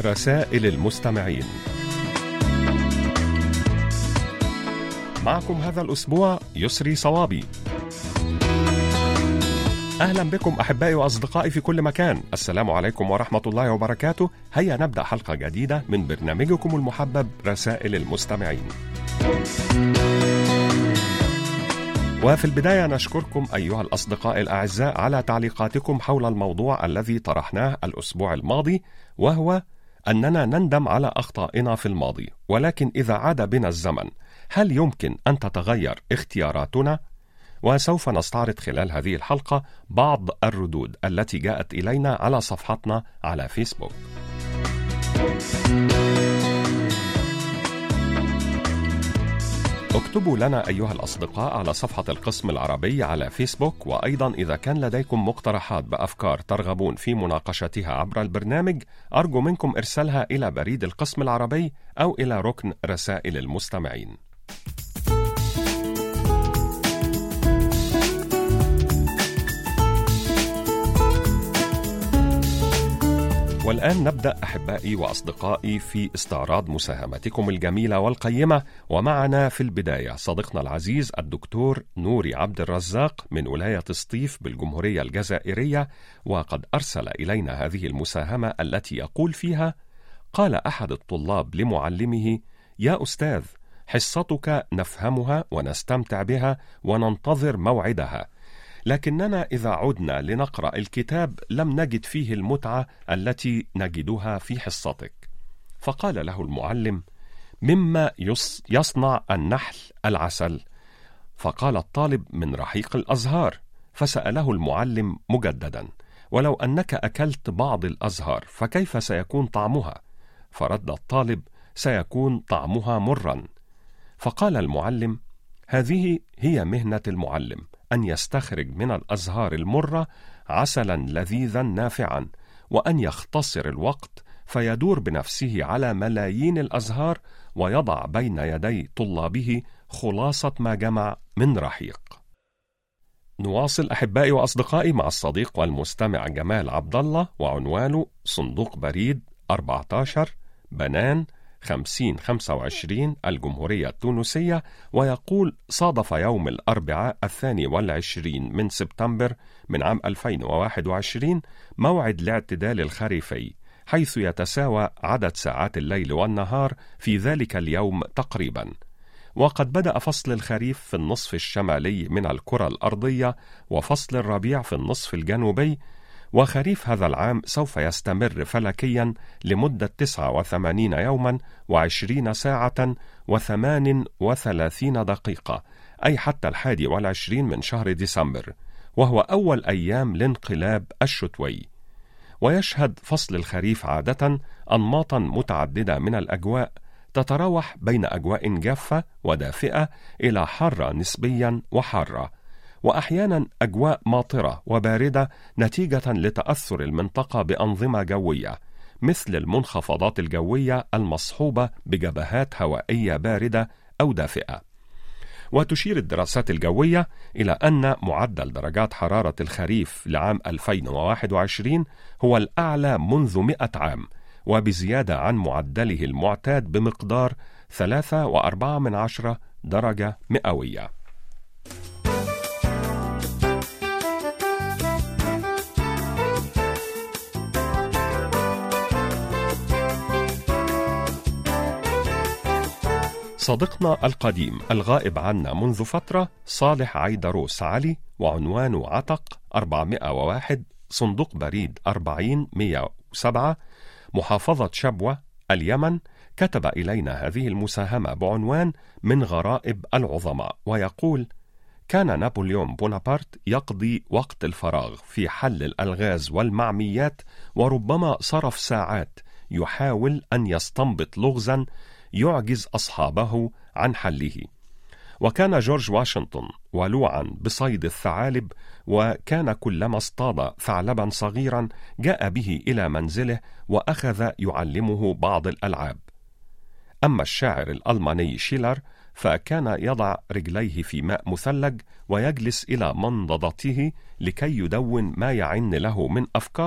رسائل المستمعين. معكم هذا الأسبوع يسري صوابي. أهلا بكم أحبائي وأصدقائي في كل مكان. السلام عليكم ورحمة الله وبركاته. هيا نبدأ حلقة جديدة من برنامجكم المحبب رسائل المستمعين. وفي البداية نشكركم أيها الأصدقاء الأعزاء على تعليقاتكم حول الموضوع الذي طرحناه الأسبوع الماضي، وهو أننا نندم على أخطائنا في الماضي، ولكن إذا عاد بنا الزمن هل يمكن أن تتغير اختياراتنا؟ وسوف نستعرض خلال هذه الحلقة بعض الردود التي جاءت إلينا على صفحتنا على فيسبوك. اكتبوا لنا أيها الأصدقاء على صفحة القسم العربي على فيسبوك، وأيضا إذا كان لديكم مقترحات بأفكار ترغبون في مناقشتها عبر البرنامج، أرجو منكم إرسالها إلى بريد القسم العربي أو إلى ركن رسائل المستمعين. والآن نبدأ أحبائي وأصدقائي في استعراض مساهماتكم الجميلة والقيمة. ومعنا في البداية صديقنا العزيز الدكتور نوري عبد الرزاق من ولاية سطيف بالجمهورية الجزائرية، وقد أرسل إلينا هذه المساهمة التي يقول فيها: قال أحد الطلاب لمعلمه: يا أستاذ، حصتك نفهمها ونستمتع بها وننتظر موعدها، لكننا إذا عدنا لنقرأ الكتاب لم نجد فيه المتعة التي نجدها في حصتك. فقال له المعلم: مما يصنع النحل العسل؟ فقال الطالب: من رحيق الأزهار. فسأله المعلم مجددا: ولو أنك أكلت بعض الأزهار فكيف سيكون طعمها؟ فرد الطالب: سيكون طعمها مرا. فقال المعلم: هذه هي مهنة المعلم، أن يستخرج من الأزهار المرة عسلا لذيذا نافعا، وأن يختصر الوقت فيدور بنفسه على ملايين الأزهار ويضع بين يدي طلابه خلاصة ما جمع من رحيق. نواصل أحبائي وأصدقائي مع الصديق والمستمع جمال عبد الله، وعنوانه صندوق بريد 14 بنان 5025 الجمهورية التونسية، ويقول: صادف يوم الأربعاء 22 من سبتمبر من عام 2021 موعد الاعتدال الخريفي، حيث يتساوى عدد ساعات الليل والنهار في ذلك اليوم تقريبا. وقد بدأ فصل الخريف في النصف الشمالي من الكرة الأرضية، وفصل الربيع في النصف الجنوبي، وخريف هذا العام سوف يستمر فلكيا لمدة 89 يوما و20 ساعة و38 دقيقة، أي حتى 21 من شهر ديسمبر، وهو أول أيام الانقلاب الشتوي. ويشهد فصل الخريف عادة أنماطا متعددة من الأجواء، تتراوح بين أجواء جافة ودافئة إلى حارة نسبيا وحارة، وأحيانا أجواء ماطرة وباردة نتيجة لتأثر المنطقة بأنظمة جوية، مثل المنخفضات الجوية المصحوبة بجبهات هوائية باردة أو دافئة. وتشير الدراسات الجوية إلى أن معدل درجات حرارة الخريف لعام 2021 هو الأعلى منذ 100 عام، وبزيادة عن معدله المعتاد بمقدار 3.4 درجة مئوية. صديقنا القديم الغائب عنا منذ فترة صالح عيدروس علي، وعنوانه عتق 401 صندوق بريد 40107 محافظة شبوة اليمن، كتب إلينا هذه المساهمة بعنوان من غرائب العظماء، ويقول: كان نابليون بونابرت يقضي وقت الفراغ في حل الألغاز والمعميات، وربما صرف ساعات يحاول أن يستنبط لغزا يعجز أصحابه عن حله. وكان جورج واشنطن ولوعا بصيد الثعالب، وكان كلما اصطاد ثعلبا صغيرا جاء به إلى منزله وأخذ يعلمه بعض الألعاب. أما الشاعر الألماني شيلر فكان يضع رجليه في ماء مثلج ويجلس إلى منضدته لكي يدون ما يعن له من أفكار،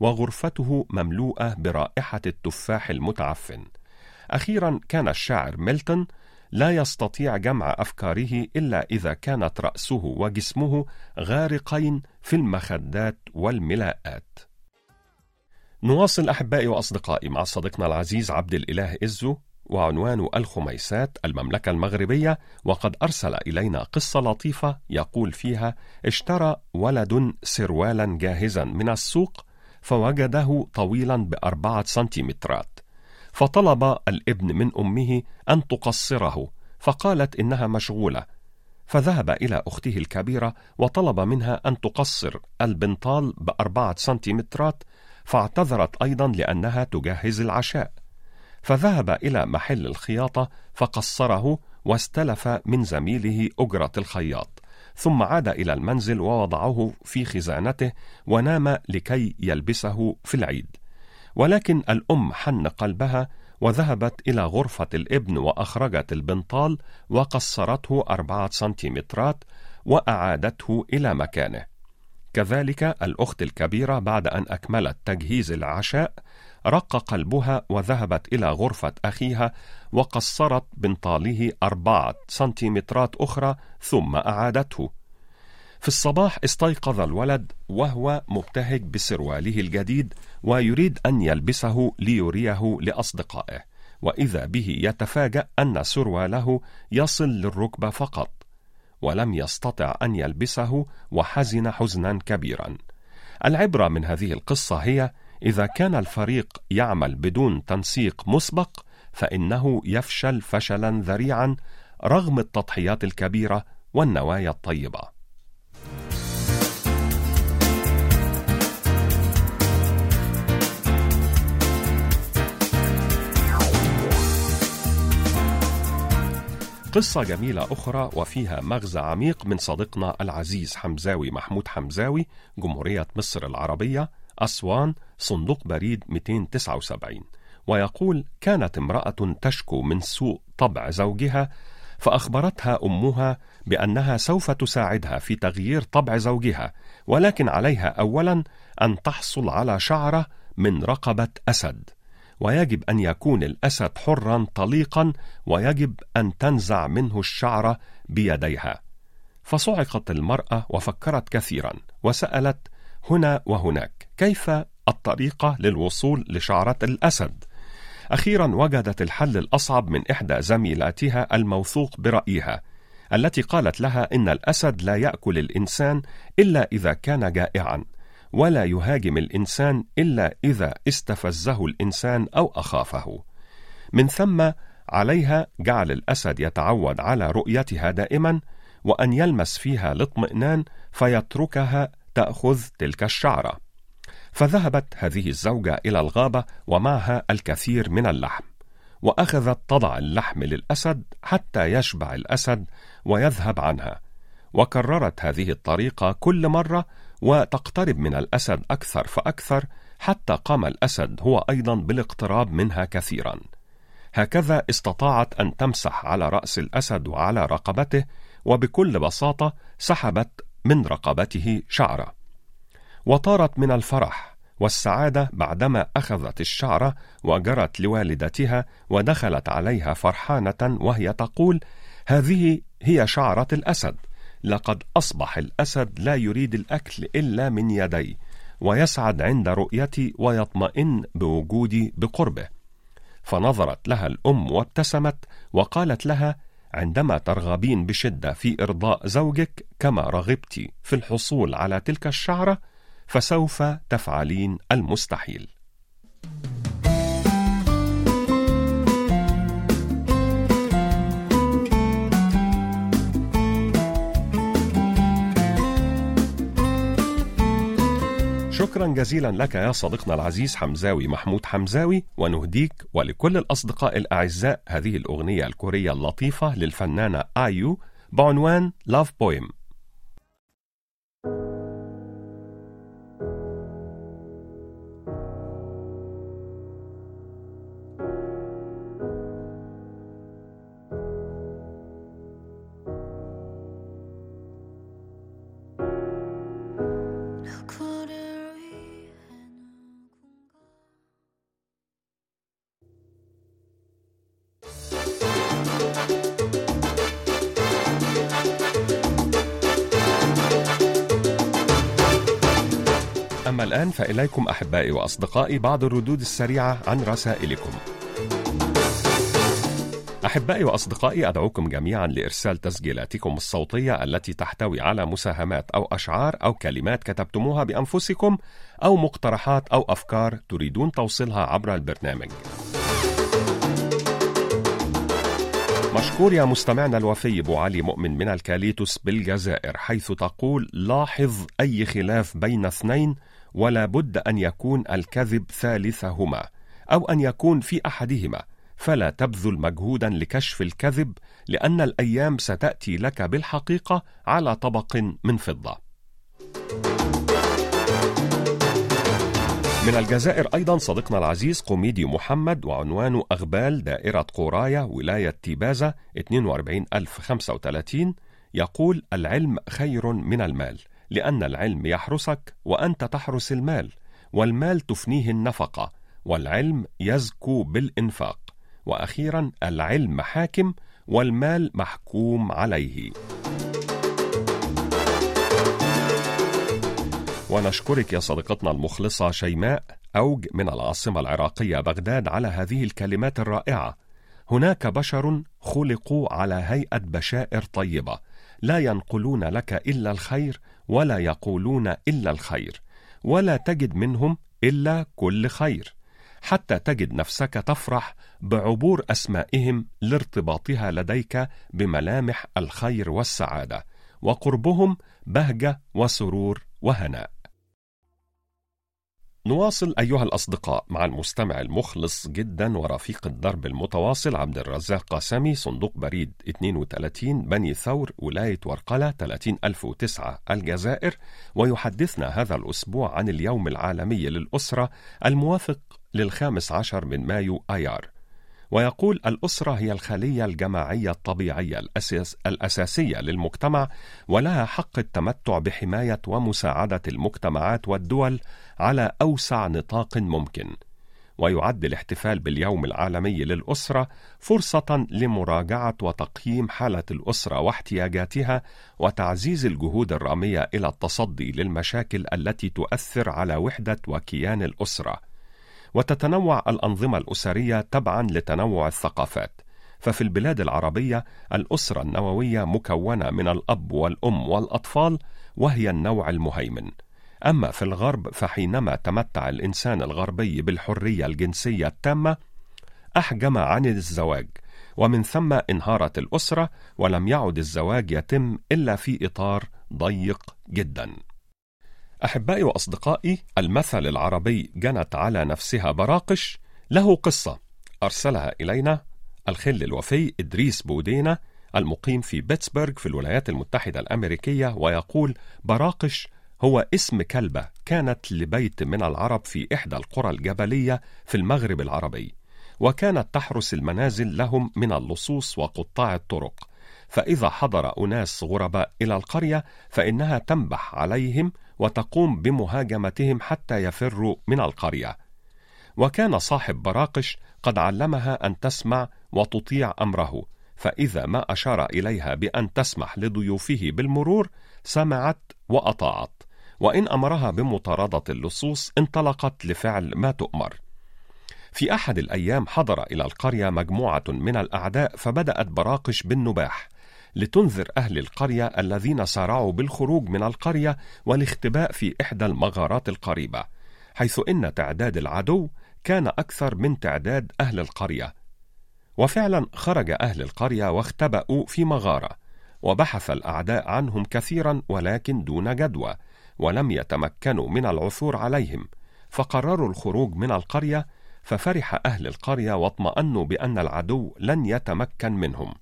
وغرفته مملوءة برائحة التفاح المتعفن. أخيرا كان الشاعر ميلتون لا يستطيع جمع أفكاره إلا إذا كانت رأسه وجسمه غارقين في المخدات والملاءات. نواصل أحبائي وأصدقائي مع صديقنا العزيز عبد الإله إزو، وعنوان الخميسات المملكة المغربية، وقد أرسل إلينا قصة لطيفة يقول فيها: اشترى ولد سروالا جاهزا من السوق فوجده طويلا ب4 سنتيمترات، فطلب الابن من أمه أن تقصره، فقالت إنها مشغولة، فذهب إلى أخته الكبيرة وطلب منها أن تقصر البنطال ب4 سنتيمترات، فاعتذرت أيضا لأنها تجهز العشاء، فذهب إلى محل الخياطة فقصره واستلف من زميله أجرة الخياط، ثم عاد إلى المنزل ووضعه في خزانته ونام لكي يلبسه في العيد. ولكن الأم حن قلبها وذهبت إلى غرفة الابن وأخرجت البنطال وقصرته 4 سنتيمترات وأعادته إلى مكانه. كذلك الأخت الكبيرة بعد أن أكملت تجهيز العشاء رق قلبها وذهبت إلى غرفة أخيها وقصرت بنطاله 4 سنتيمترات أخرى ثم أعادته. في الصباح استيقظ الولد وهو مبتهج بسرواله الجديد ويريد أن يلبسه ليريه لأصدقائه، وإذا به يتفاجأ أن سرواله يصل للركبة فقط، ولم يستطع أن يلبسه وحزن حزنا كبيرا. العبرة من هذه القصة هي: إذا كان الفريق يعمل بدون تنسيق مسبق فإنه يفشل فشلا ذريعا رغم التضحيات الكبيرة والنوايا الطيبة. قصة جميلة أخرى وفيها مغزى عميق من صديقنا العزيز حمزاوي محمود حمزاوي، جمهورية مصر العربية، أسوان، صندوق بريد 279، ويقول: كانت امرأة تشكو من سوء طبع زوجها، فأخبرتها أمها بأنها سوف تساعدها في تغيير طبع زوجها، ولكن عليها أولا أن تحصل على شعرة من رقبة أسد، ويجب أن يكون الأسد حرا طليقا، ويجب أن تنزع منه الشعرة بيديها. فصعقت المرأة وفكرت كثيرا وسألت هنا وهناك كيف الطريقة للوصول لشعرة الأسد. أخيرا وجدت الحل الأصعب من إحدى زميلاتها الموثوق برأيها، التي قالت لها إن الأسد لا يأكل الإنسان إلا إذا كان جائعا، ولا يهاجم الإنسان إلا إذا استفزه الإنسان أو أخافه. من ثم عليها جعل الأسد يتعود على رؤيتها دائما، وأن يلمس فيها الاطمئنان فيتركها تأخذ تلك الشعرة. فذهبت هذه الزوجة إلى الغابة ومعها الكثير من اللحم، وأخذت تضع اللحم للأسد حتى يشبع الأسد ويذهب عنها، وكررت هذه الطريقة كل مرة وتقترب من الأسد أكثر فأكثر، حتى قام الأسد هو أيضا بالاقتراب منها كثيرا. هكذا استطاعت أن تمسح على رأس الأسد وعلى رقبته، وبكل بساطة سحبت من رقبته شعرة، وطارت من الفرح والسعادة بعدما أخذت الشعرة وجرت لوالدتها ودخلت عليها فرحانة وهي تقول: هذه هي شعرة الأسد، لقد أصبح الأسد لا يريد الأكل إلا من يدي، ويسعد عند رؤيتي ويطمئن بوجودي بقربه. فنظرت لها الأم وابتسمت وقالت لها: عندما ترغبين بشدة في إرضاء زوجك كما رغبت في الحصول على تلك الشعرة، فسوف تفعلين المستحيل. شكرا جزيلا لك يا صديقنا العزيز حمزاوي محمود حمزاوي، ونهديك ولكل الأصدقاء الأعزاء هذه الأغنية الكورية اللطيفة للفنانة آيو بعنوان Love Poem. أما الآن فإليكم أحبائي وأصدقائي بعض الردود السريعة عن رسائلكم. أحبائي وأصدقائي، أدعوكم جميعا لإرسال تسجيلاتكم الصوتية التي تحتوي على مساهمات أو أشعار أو كلمات كتبتموها بأنفسكم أو مقترحات أو أفكار تريدون توصيلها عبر البرنامج. مشكور يا مستمعنا الوفي بو علي مؤمن من الكاليتوس بالجزائر، حيث تقول: لاحظ أي خلاف بين اثنين ولا بد أن يكون الكذب ثالثهما أو أن يكون في أحدهما، فلا تبذل مجهودا لكشف الكذب، لأن الأيام ستأتي لك بالحقيقة على طبق من فضة. من الجزائر أيضا صديقنا العزيز قوميدي محمد، وعنوانه: أغبال دائرة قورايا ولاية تيبازا 42035، يقول: العلم خير من المال، لأن العلم يحرسك وأنت تحرس المال، والمال تفنيه النفقة، والعلم يزكو بالإنفاق، وأخيرا العلم حاكم والمال محكوم عليه. ونشكرك يا صديقتنا المخلصة شيماء أوج من العاصمة العراقية بغداد على هذه الكلمات الرائعة. هناك بشر خلقوا على هيئة بشائر طيبة، لا ينقلون لك إلا الخير ولا يقولون إلا الخير، ولا تجد منهم إلا كل خير، حتى تجد نفسك تفرح بعبور أسمائهم لارتباطها لديك بملامح الخير والسعادة، وقربهم بهجة وسرور وهناء. نواصل أيها الأصدقاء مع المستمع المخلص جدا ورفيق الدرب المتواصل عبد الرزاق قاسمي، صندوق بريد 32 بني ثور، ولاية ورقلة 30009 الجزائر، ويحدثنا هذا الأسبوع عن اليوم العالمي للأسرة الموافق ل15 من مايو آيار. ويقول: الأسرة هي الخلية الجماعية الطبيعية الأساسية للمجتمع، ولها حق التمتع بحماية ومساعدة المجتمعات والدول على أوسع نطاق ممكن. ويعد الاحتفال باليوم العالمي للأسرة فرصة لمراجعة وتقييم حالة الأسرة واحتياجاتها، وتعزيز الجهود الرامية إلى التصدي للمشاكل التي تؤثر على وحدة وكيان الأسرة. وتتنوع الأنظمة الأسرية تبعا لتنوع الثقافات، ففي البلاد العربية الأسرة النووية مكونة من الأب والأم والأطفال، وهي النوع المهيمن. أما في الغرب فحينما تمتع الإنسان الغربي بالحرية الجنسية التامة أحجم عن الزواج، ومن ثم انهارت الأسرة، ولم يعد الزواج يتم إلا في إطار ضيق جدا. أحبائي وأصدقائي، المثل العربي جنت على نفسها براقش له قصة أرسلها إلينا الخل الوفي إدريس بودينا المقيم في بيتسبرغ في الولايات المتحدة الأمريكية، ويقول: براقش هو اسم كلبة كانت لبيت من العرب في إحدى القرى الجبلية في المغرب العربي، وكانت تحرس المنازل لهم من اللصوص وقطاع الطرق، فإذا حضر أناس غرباء إلى القرية فإنها تنبح عليهم وتقوم بمهاجمتهم حتى يفروا من القرية. وكان صاحب براقش قد علمها أن تسمع وتطيع أمره، فإذا ما أشار إليها بأن تسمح لضيوفه بالمرور سمعت وأطاعت، وإن أمرها بمطاردة اللصوص انطلقت لفعل ما تؤمر. في أحد الأيام حضر إلى القرية مجموعة من الأعداء، فبدأت براقش بالنباح لتنذر أهل القرية الذين سارعوا بالخروج من القرية والاختباء في إحدى المغارات القريبة، حيث إن تعداد العدو كان أكثر من تعداد أهل القرية. وفعلا خرج أهل القرية واختبأوا في مغارة، وبحث الأعداء عنهم كثيرا ولكن دون جدوى، ولم يتمكنوا من العثور عليهم، فقرروا الخروج من القرية. ففرح أهل القرية واطمأنوا بأن العدو لن يتمكن منهم.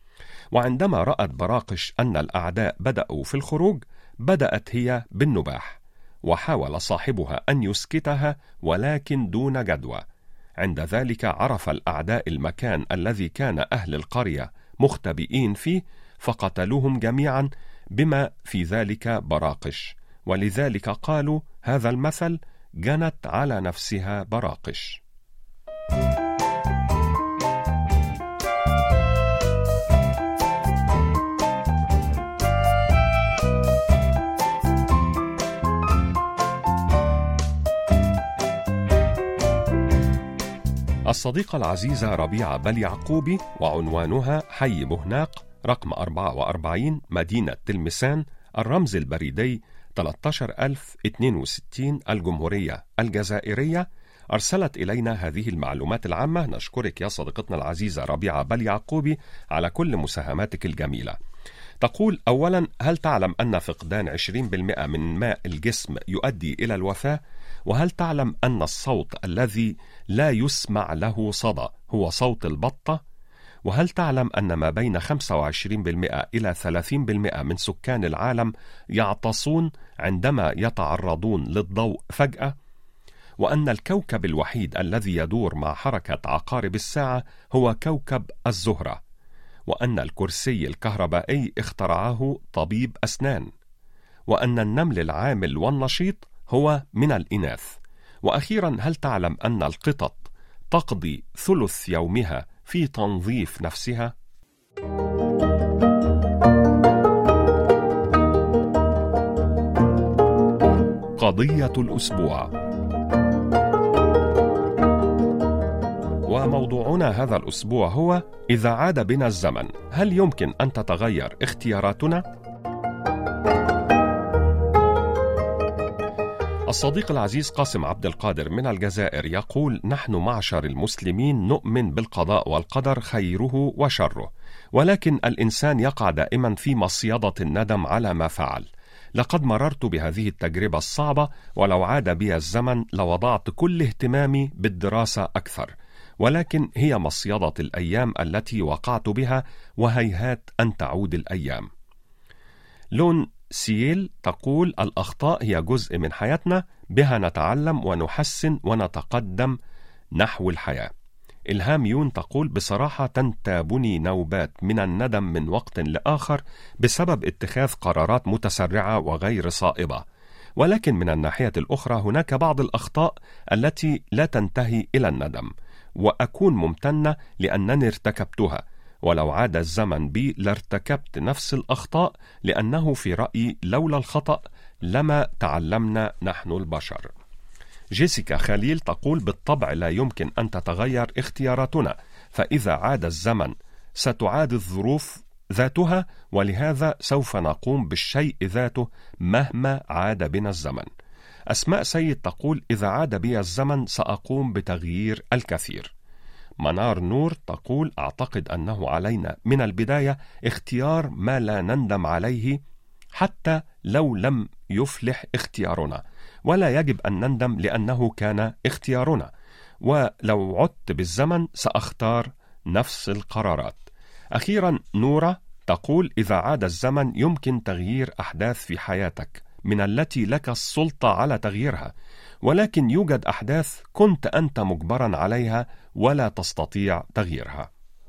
وعندما رأت براقش أن الأعداء بدأوا في الخروج، بدأت هي بالنباح، وحاول صاحبها أن يسكتها ولكن دون جدوى. عند ذلك عرف الأعداء المكان الذي كان أهل القرية مختبئين فيه، فقتلوهم جميعا بما في ذلك براقش، ولذلك قالوا هذا المثل: جنت على نفسها براقش. الصديقة العزيزة ربيعة بل يعقوبي، وعنوانها حي بهناق رقم 44 مدينة تلمسان، الرمز البريدي 13062 الجمهورية الجزائرية، أرسلت إلينا هذه المعلومات العامة. نشكرك يا صديقتنا العزيزة ربيعة بل يعقوبي على كل مساهماتك الجميلة. تقول: أولا، هل تعلم أن فقدان 20% من ماء الجسم يؤدي إلى الوفاة؟ وهل تعلم أن الصوت الذي لا يسمع له صدى هو صوت البطة؟ وهل تعلم أن ما بين 25% إلى 30% من سكان العالم يعطسون عندما يتعرضون للضوء فجأة؟ وأن الكوكب الوحيد الذي يدور مع حركة عقارب الساعة هو كوكب الزهرة؟ وأن الكرسي الكهربائي اخترعه طبيب أسنان؟ وأن النمل العامل والنشيط هو من الإناث؟ وأخيرا، هل تعلم أن القطط تقضي ثلث يومها في تنظيف نفسها؟ قضية الأسبوع. وموضوعنا هذا الأسبوع هو: إذا عاد بنا الزمن، هل يمكن أن تتغير اختياراتنا؟ الصديق العزيز قاسم عبد القادر من الجزائر يقول: نحن معشر المسلمين نؤمن بالقضاء والقدر خيره وشره، ولكن الإنسان يقع دائما في مصيدة الندم على ما فعل. لقد مررت بهذه التجربة الصعبة، ولو عاد بي الزمن لوضعت كل اهتمامي بالدراسة أكثر، ولكن هي مصيدة الأيام التي وقعت بها، وهيهات أن تعود الأيام. لون سييل تقول: الأخطاء هي جزء من حياتنا، بها نتعلم ونحسن ونتقدم نحو الحياة. إلهام يون تقول: بصراحة تنتابني نوبات من الندم من وقت لآخر بسبب اتخاذ قرارات متسرعة وغير صائبة، ولكن من الناحية الأخرى هناك بعض الأخطاء التي لا تنتهي إلى الندم، وأكون ممتنة لأنني ارتكبتها، ولو عاد الزمن بي لارتكبت نفس الأخطاء، لأنه في رأيي لولا الخطأ لما تعلمنا نحن البشر. جيسيكا خليل تقول: بالطبع لا يمكن أن تتغير اختياراتنا، فإذا عاد الزمن ستعاد الظروف ذاتها، ولهذا سوف نقوم بالشيء ذاته مهما عاد بنا الزمن. أسماء سيد تقول: إذا عاد بي الزمن سأقوم بتغيير الكثير. منار نور تقول: أعتقد أنه علينا من البداية اختيار ما لا نندم عليه حتى لو لم يفلح اختيارنا، ولا يجب أن نندم لأنه كان اختيارنا، ولو عدت بالزمن سأختار نفس القرارات. أخيرا، نورة تقول: إذا عاد الزمن يمكن تغيير أحداث في حياتك من التي لك السلطة على تغييرها، ولكن يوجد أحداث كنت أنت مجبرا عليها ولا تستطيع تغييرها.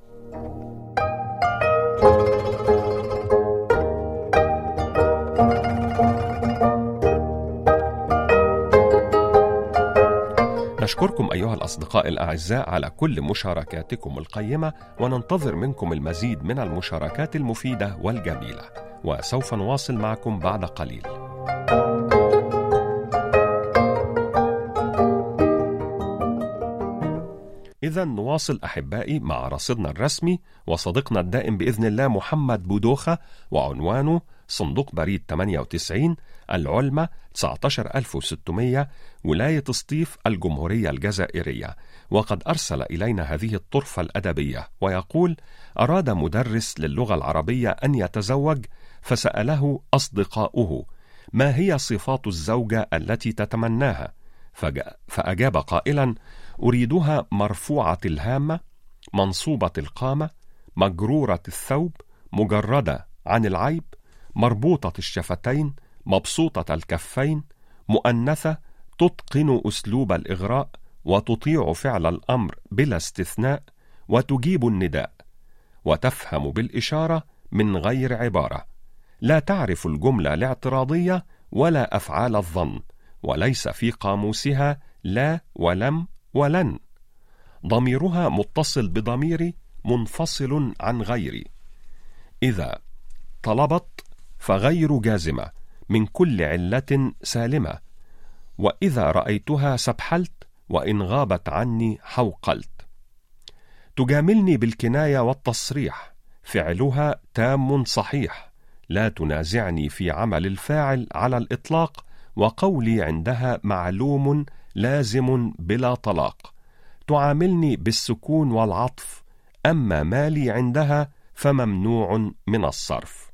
نشكركم أيها الأصدقاء الأعزاء على كل مشاركاتكم القيمة، وننتظر منكم المزيد من المشاركات المفيدة والجميلة، وسوف نواصل معكم بعد قليل. إذا نواصل أحبائي مع رصيدنا الرسمي وصديقنا الدائم بإذن الله محمد بودوخة، وعنوانه صندوق بريد 98 العلمة 19600 ولاية سطيف الجمهورية الجزائرية. وقد أرسل إلينا هذه الطرفة الأدبية ويقول: أراد مدرس للغة العربية أن يتزوج، فسأله أصدقاؤه: ما هي صفات الزوجة التي تتمناها؟ فأجاب قائلا: أريدها مرفوعة الهامة، منصوبة القامة، مجرورة الثوب، مجردة عن العيب، مربوطة الشفتين، مبسوطة الكفين، مؤنثة، تتقن أسلوب الإغراء، وتطيع فعل الأمر بلا استثناء، وتجيب النداء، وتفهم بالإشارة من غير عبارة، لا تعرف الجملة الاعتراضية ولا أفعال الظن، وليس في قاموسها لا ولم ولن، ضميرها متصل بضميري منفصل عن غيري، إذا طلبت فغير جازمة، من كل علة سالمة، وإذا رأيتها سبحلت، وإن غابت عني حوقلت. تجاملني بالكناية والتصريح، فعلها تام صحيح، لا تنازعني في عمل الفاعل على الإطلاق، وقولي عندها معلوم لازم بلا طلاق. تعاملني بالسكون والعطف، أما مالي عندها فممنوع من الصرف.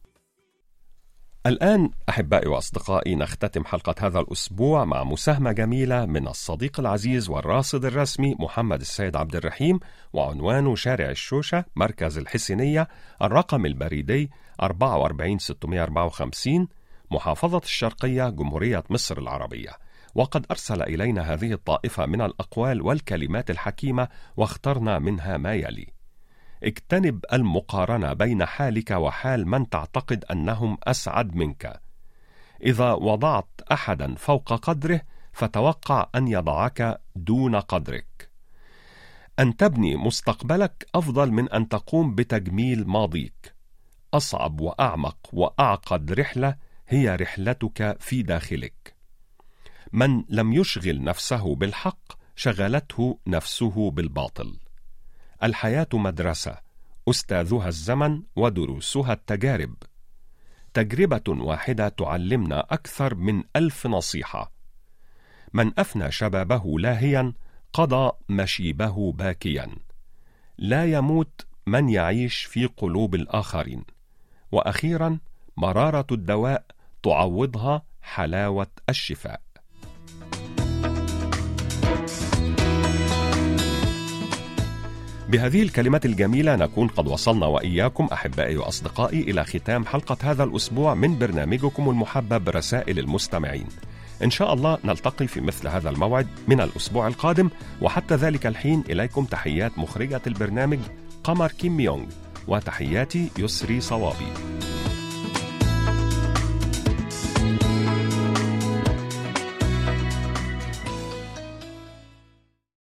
الآن أحبائي وأصدقائي نختتم حلقة هذا الأسبوع مع مساهمة جميلة من الصديق العزيز والراصد الرسمي محمد السيد عبد الرحيم، وعنوانه شارع الشوشة، مركز الحسينية، الرقم البريدي 44654، محافظة الشرقية، جمهورية مصر العربية. وقد أرسل إلينا هذه الطائفة من الأقوال والكلمات الحكيمة، واخترنا منها ما يلي: اجتنب المقارنة بين حالك وحال من تعتقد أنهم أسعد منك. إذا وضعت أحدا فوق قدره فتوقع أن يضعك دون قدرك. أن تبني مستقبلك أفضل من أن تقوم بتجميل ماضيك. أصعب وأعمق وأعقد رحلة هي رحلتك في داخلك. من لم يشغل نفسه بالحق شغلته نفسه بالباطل. الحياة مدرسة، أستاذها الزمن ودروسها التجارب. تجربة واحدة تعلمنا أكثر من 1000 نصيحة. من أفنى شبابه لاهيا قضى مشيبه باكيا. لا يموت من يعيش في قلوب الآخرين. وأخيرا، مرارة الدواء تعوضها حلاوة الشفاء. بهذه الكلمات الجميلة نكون قد وصلنا وإياكم أحبائي وأصدقائي إلى ختام حلقة هذا الأسبوع من برنامجكم المحبب رسائل المستمعين. إن شاء الله نلتقي في مثل هذا الموعد من الأسبوع القادم، وحتى ذلك الحين إليكم تحيات مخرجة البرنامج قمر كيم يونغ، وتحياتي يسري صوابي.